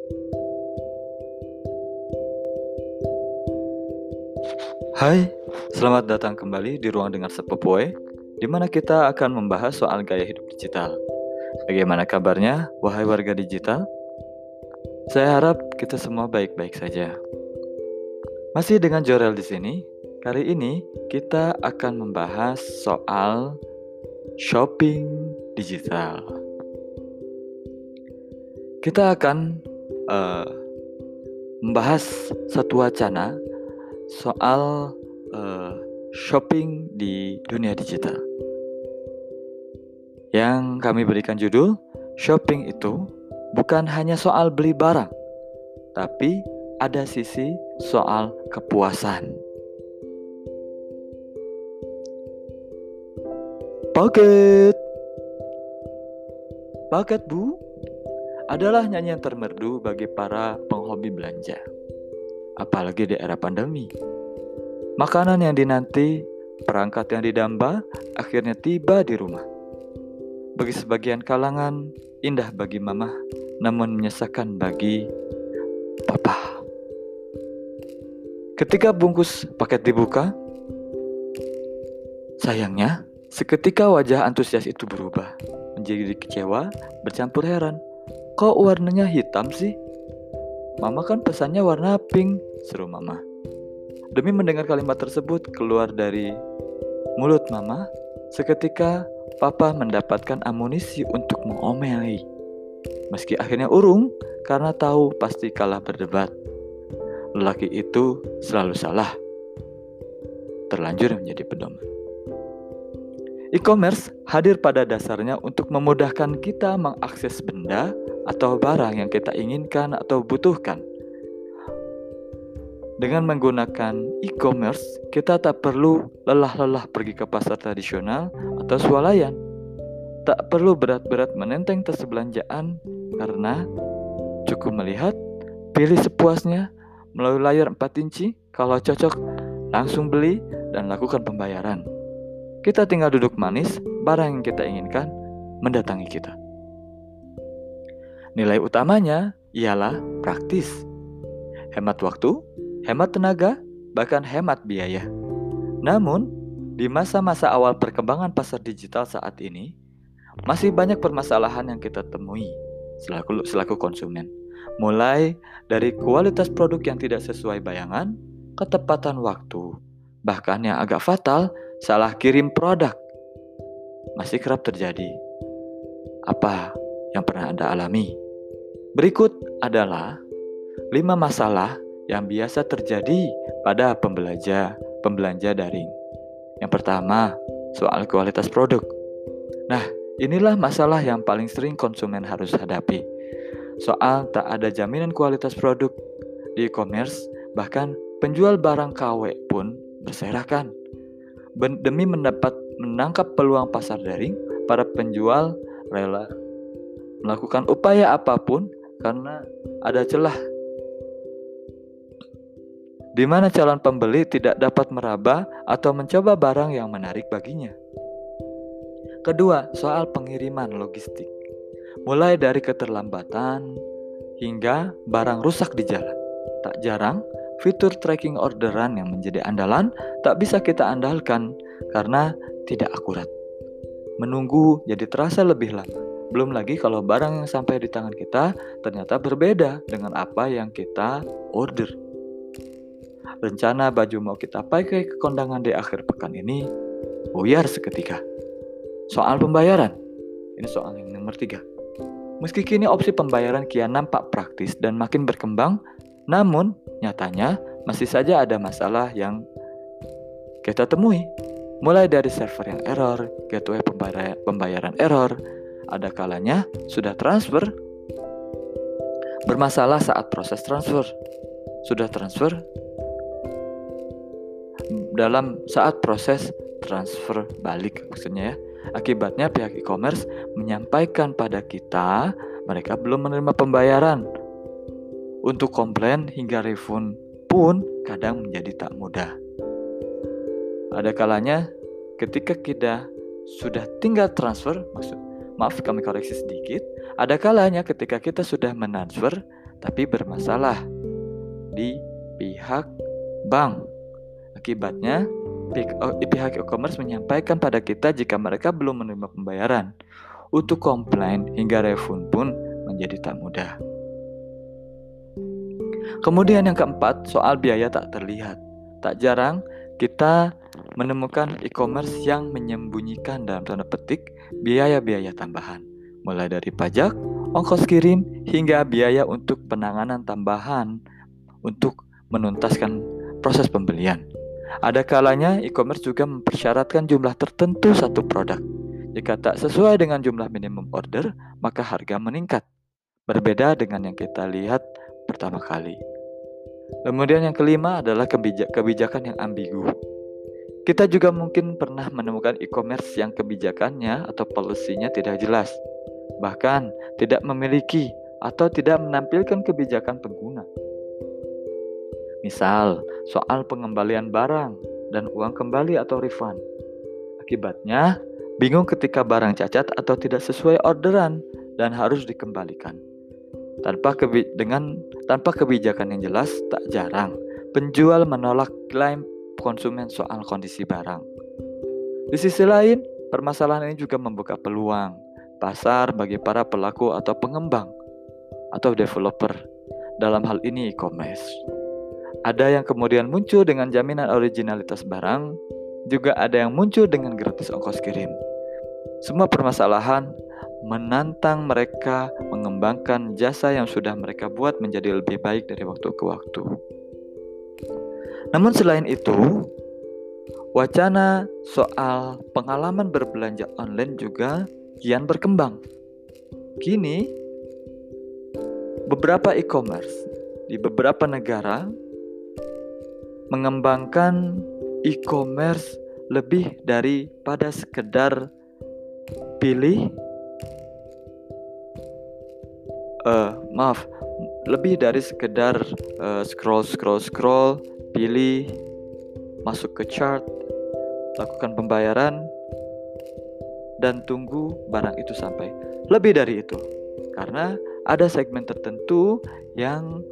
Hai, selamat datang kembali di Ruang Dengar Sepupuy, di mana kita akan membahas soal gaya hidup digital. Bagaimana kabarnya, wahai warga digital? Saya harap kita semua baik-baik saja. Masih dengan Jorel di sini. Kali ini kita akan membahas soal shopping digital. Kita akan membahas satu wacana soal shopping di dunia digital. Yang kami berikan judul, shopping itu bukan hanya soal beli barang, tapi ada sisi soal kepuasan. Paket Bu adalah nyanyian termerdu bagi para penghobi belanja. Apalagi di era pandemi. Makanan yang dinanti, perangkat yang didamba, akhirnya tiba di rumah. Bagi sebagian kalangan, indah bagi mama, namun menyesakan bagi papa. Ketika bungkus paket dibuka, sayangnya, seketika wajah antusias itu berubah, menjadi kecewa, bercampur heran. Kok warnanya hitam sih? Mama kan pesannya warna pink, seru mama. Demi mendengar kalimat tersebut keluar dari mulut mama, seketika papa mendapatkan amunisi untuk mengomeli. Meski akhirnya urung karena tahu pasti kalah berdebat. Lelaki itu selalu salah. Terlanjur menjadi pedoman. E-commerce hadir pada dasarnya untuk memudahkan kita mengakses benda atau barang yang kita inginkan atau butuhkan. Dengan menggunakan e-commerce, kita tak perlu lelah-lelah pergi ke pasar tradisional atau swalayan. Tak perlu berat-berat menenteng tas belanjaan karena cukup melihat, pilih sepuasnya melalui layar 4 inci, kalau cocok langsung beli dan lakukan pembayaran. Kita tinggal duduk manis, barang yang kita inginkan mendatangi kita. Nilai utamanya ialah praktis, hemat waktu, hemat tenaga, bahkan hemat biaya. Namun, di masa-masa awal perkembangan pasar digital saat ini, masih banyak permasalahan yang kita temui selaku konsumen. Mulai dari kualitas produk yang tidak sesuai bayangan, ketepatan waktu, bahkan yang agak fatal, salah kirim produk. Masih kerap terjadi. Apa yang pernah Anda alami? Berikut adalah 5 masalah yang biasa terjadi pada pembelanja daring. Yang pertama, soal kualitas produk. Nah, inilah masalah yang paling sering konsumen harus hadapi. Soal tak ada jaminan kualitas produk di e-commerce, bahkan penjual barang KW pun berserakan. Demi menangkap peluang pasar daring, para penjual rela melakukan upaya apapun karena ada celah di mana calon pembeli tidak dapat meraba atau mencoba barang yang menarik baginya. Kedua, soal pengiriman logistik. Mulai dari keterlambatan hingga barang rusak di jalan. Tak jarang, fitur tracking orderan yang menjadi andalan tak bisa kita andalkan karena tidak akurat. Menunggu jadi terasa lebih lama. Belum lagi kalau barang yang sampai di tangan kita ternyata berbeda dengan apa yang kita order. Rencana baju mau kita pakai ke kondangan di akhir pekan ini buyar seketika. Soal pembayaran. Ini soal yang nomor 3. Meski kini opsi pembayaran kian nampak praktis dan makin berkembang, namun nyatanya masih saja ada masalah yang kita temui. Mulai dari server yang error, gateway pembayaran error, ada kalanya sudah transfer bermasalah saat proses transfer. Sudah transfer dalam saat proses transfer balik maksudnya ya. Akibatnya pihak e-commerce menyampaikan pada kita mereka belum menerima pembayaran. Untuk komplain hingga refund pun kadang menjadi tak mudah. Ada kalanya ketika kita sudah tinggal transfer, kami koreksi sedikit, ada kalanya ketika kita sudah mentransfer tapi bermasalah di pihak bank. Akibatnya, pihak e-commerce menyampaikan pada kita jika mereka belum menerima pembayaran. Untuk komplain hingga refund pun menjadi tak mudah. Kemudian yang keempat, soal biaya tak terlihat. Tak jarang kita menemukan e-commerce yang menyembunyikan dalam tanda petik biaya-biaya tambahan, mulai dari pajak, ongkos kirim, hingga biaya untuk penanganan tambahan untuk menuntaskan proses pembelian. Ada kalanya e-commerce juga mempersyaratkan jumlah tertentu satu produk. Jika tak sesuai dengan jumlah minimum order, maka harga meningkat. Berbeda dengan yang kita lihat pertama kali. Kemudian yang kelima adalah kebijakan yang ambigu. Kita juga mungkin pernah menemukan e-commerce yang kebijakannya atau policy-nya tidak jelas, bahkan tidak memiliki atau tidak menampilkan kebijakan pengguna. Misal, soal pengembalian barang dan uang kembali atau refund. Akibatnya, bingung ketika barang cacat atau tidak sesuai orderan dan harus dikembalikan. Tanpa kebijakan yang jelas, tak jarang penjual menolak klaim konsumen soal kondisi barang. Di sisi lain, permasalahan ini juga membuka peluang pasar bagi para pelaku atau pengembang atau developer, dalam hal ini e-commerce. Ada yang kemudian muncul dengan jaminan originalitas barang, juga ada yang muncul dengan gratis ongkos kirim. Semua permasalahan menantang mereka mengembangkan jasa yang sudah mereka buat menjadi lebih baik dari waktu ke waktu. Namun selain itu, wacana soal pengalaman berbelanja online juga kian berkembang. Kini, beberapa e-commerce di beberapa negara mengembangkan e-commerce lebih daripada sekedar lebih dari sekedar scroll, pilih, masuk ke chart, lakukan pembayaran, dan tunggu barang itu sampai. Lebih dari itu, karena ada segmen tertentu yang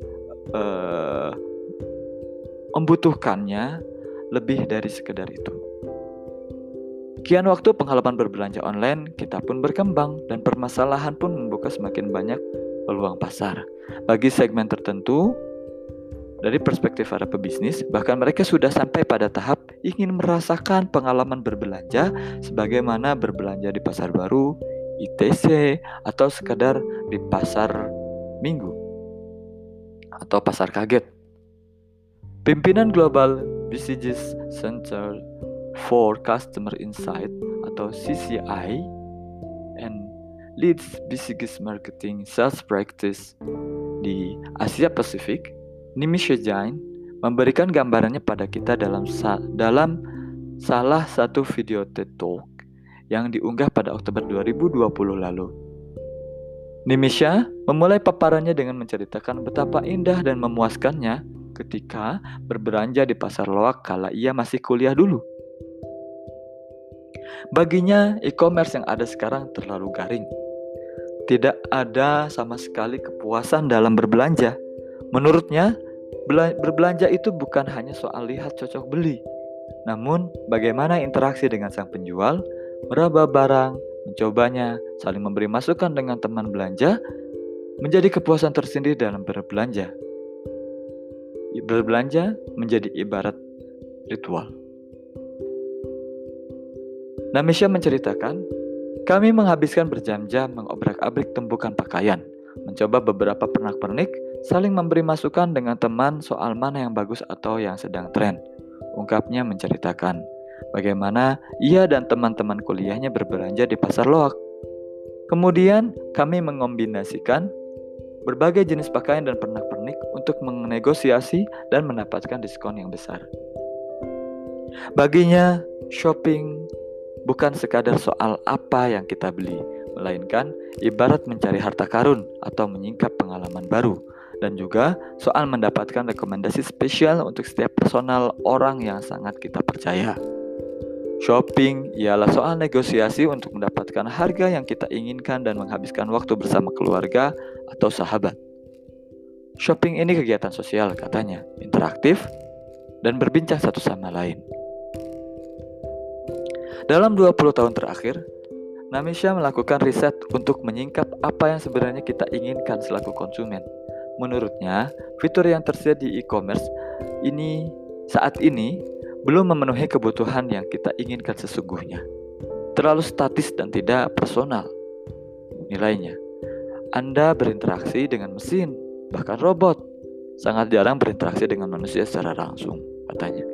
membutuhkannya lebih dari sekedar itu. Kian waktu pengalaman berbelanja online, kita pun berkembang dan permasalahan pun membuka semakin banyak peluang pasar. Bagi segmen tertentu, dari perspektif para pebisnis, bahkan mereka sudah sampai pada tahap ingin merasakan pengalaman berbelanja sebagaimana berbelanja di pasar baru, ITC, atau sekadar di pasar minggu atau pasar kaget. Pimpinan Global BCG Center for Customer Insight atau CCI and leads BCG's marketing sales practice di Asia Pasifik, Nimisha Jain, memberikan gambarannya pada kita dalam salah satu video TED Talk yang diunggah pada Oktober 2020 lalu. Nimisha memulai paparannya dengan menceritakan betapa indah dan memuaskannya ketika berbelanja di pasar loak kala ia masih kuliah dulu. Baginya, e-commerce yang ada sekarang terlalu garing. Tidak ada sama sekali kepuasan dalam berbelanja. Menurutnya, berbelanja itu bukan hanya soal lihat cocok beli, namun bagaimana interaksi dengan sang penjual, meraba barang, mencobanya, saling memberi masukan dengan teman belanja, menjadi kepuasan tersendiri dalam berbelanja. Berbelanja menjadi ibarat ritual. Nimisha menceritakan, kami menghabiskan berjam-jam mengobrak-abrik tumpukan pakaian, mencoba beberapa pernak-pernik, saling memberi masukan dengan teman soal mana yang bagus atau yang sedang tren. Ungkapnya menceritakan bagaimana ia dan teman-teman kuliahnya berbelanja di pasar loak. Kemudian kami mengombinasikan berbagai jenis pakaian dan pernak-pernik untuk menegosiasi dan mendapatkan diskon yang besar. Baginya, shopping bukan sekadar soal apa yang kita beli, melainkan ibarat mencari harta karun atau menyingkap pengalaman baru, dan juga soal mendapatkan rekomendasi spesial untuk setiap personal orang yang sangat kita percaya. Shopping ialah soal negosiasi untuk mendapatkan harga yang kita inginkan dan menghabiskan waktu bersama keluarga atau sahabat. Shopping ini kegiatan sosial katanya, interaktif, dan berbincang satu sama lain. Dalam 20 tahun terakhir, Namisha melakukan riset untuk menyingkap apa yang sebenarnya kita inginkan selaku konsumen. Menurutnya, fitur yang tersedia di e-commerce saat ini belum memenuhi kebutuhan yang kita inginkan sesungguhnya. Terlalu statis dan tidak personal. Nilainya, Anda berinteraksi dengan mesin, bahkan robot. Sangat jarang berinteraksi dengan manusia secara langsung, katanya.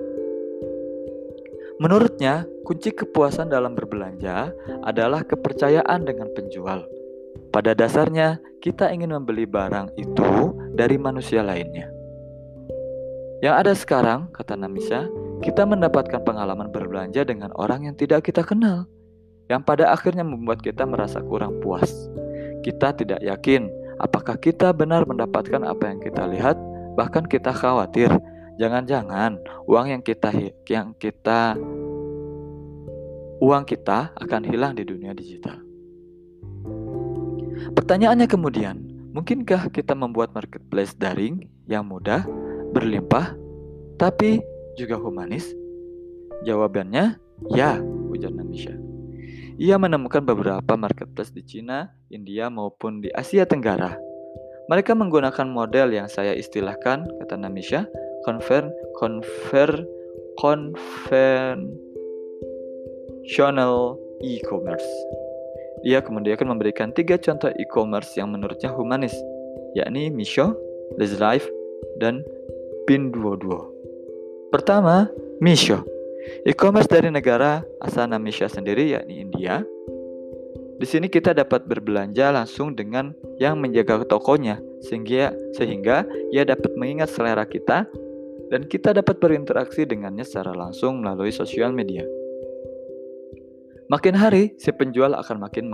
Menurutnya, kunci kepuasan dalam berbelanja adalah kepercayaan dengan penjual. Pada dasarnya, kita ingin membeli barang itu dari manusia lainnya. Yang ada sekarang, kata Namisha, kita mendapatkan pengalaman berbelanja dengan orang yang tidak kita kenal, yang pada akhirnya membuat kita merasa kurang puas. Kita tidak yakin apakah kita benar mendapatkan apa yang kita lihat, bahkan kita khawatir jangan-jangan uang kita akan hilang di dunia digital. Pertanyaannya kemudian, mungkinkah kita membuat marketplace daring yang mudah, berlimpah, tapi juga humanis? Jawabannya, ya, ujar Namisha. Ia menemukan beberapa marketplace di Cina, India, maupun di Asia Tenggara. Mereka menggunakan model yang saya istilahkan, kata Namisha, conventional e-commerce. Ia kemudian akan memberikan 3 contoh e-commerce yang menurutnya humanis, yakni Misho, Lezlife, dan Pinduoduo. Pertama, Misho. E-commerce dari negara asal Namisha sendiri, yakni India. Di sini kita dapat berbelanja langsung dengan yang menjaga tokonya, sehingga ia dapat mengingat selera kita dan kita dapat berinteraksi dengannya secara langsung melalui sosial media. Makin hari, si penjual akan makin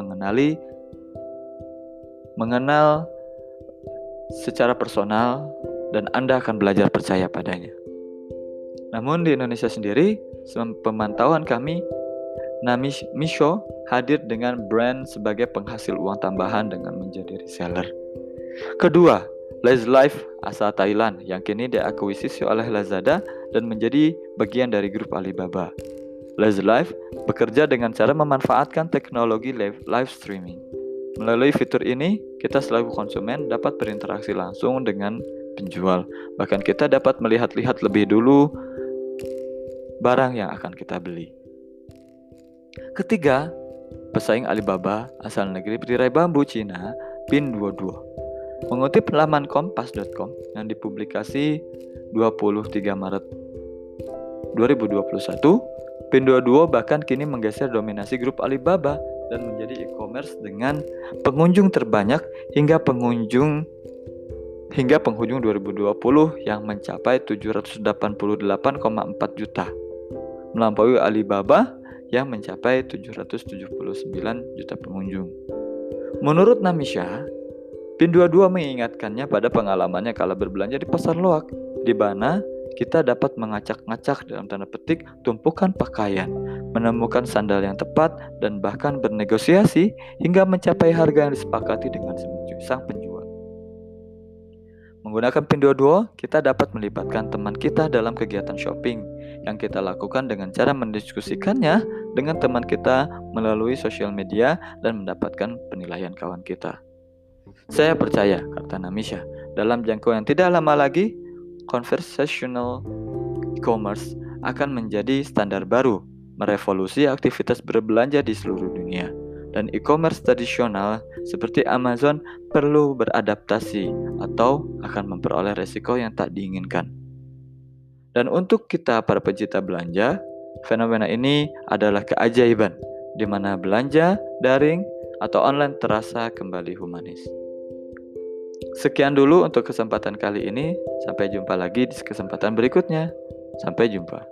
mengenal secara personal dan Anda akan belajar percaya padanya. Namun di Indonesia sendiri, pemantauan kami, Misho hadir dengan brand sebagai penghasil uang tambahan dengan menjadi reseller. Kedua, Lezlife asal Thailand yang kini diakuisisi oleh Lazada dan menjadi bagian dari grup Alibaba. Lezlife bekerja dengan cara memanfaatkan teknologi live streaming. Melalui fitur ini, kita selaku konsumen dapat berinteraksi langsung dengan penjual. Bahkan kita dapat melihat-lihat lebih dulu barang yang akan kita beli. Ketiga, pesaing Alibaba asal negeri tirai bambu Cina, Pinduoduo. Mengutip laman kompas.com yang dipublikasi 23 Maret 2021, Pinduoduo bahkan kini menggeser dominasi grup Alibaba dan menjadi e-commerce dengan pengunjung terbanyak hingga penghujung 2020 yang mencapai 788,4 juta, melampaui Alibaba yang mencapai 779 juta pengunjung. Menurut Namisha, Pinduoduo mengingatkannya pada pengalamannya kala berbelanja di pasar loak, di mana kita dapat mengacak-ngacak dalam tanda petik tumpukan pakaian, menemukan sandal yang tepat, dan bahkan bernegosiasi hingga mencapai harga yang disepakati dengan sang penjual. Menggunakan Pinduoduo, kita dapat melibatkan teman kita dalam kegiatan shopping yang kita lakukan dengan cara mendiskusikannya dengan teman kita melalui sosial media dan mendapatkan penilaian kawan kita. Saya percaya, kata Namisha, dalam jangka yang tidak lama lagi, conversational e-commerce akan menjadi standar baru, merevolusi aktivitas berbelanja di seluruh dunia. Dan e-commerce tradisional seperti Amazon perlu beradaptasi atau akan memperoleh resiko yang tak diinginkan. Dan untuk kita para pecinta belanja, fenomena ini adalah keajaiban di mana belanja daring atau online terasa kembali humanis. Sekian dulu untuk kesempatan kali ini, sampai jumpa lagi di kesempatan berikutnya. Sampai jumpa.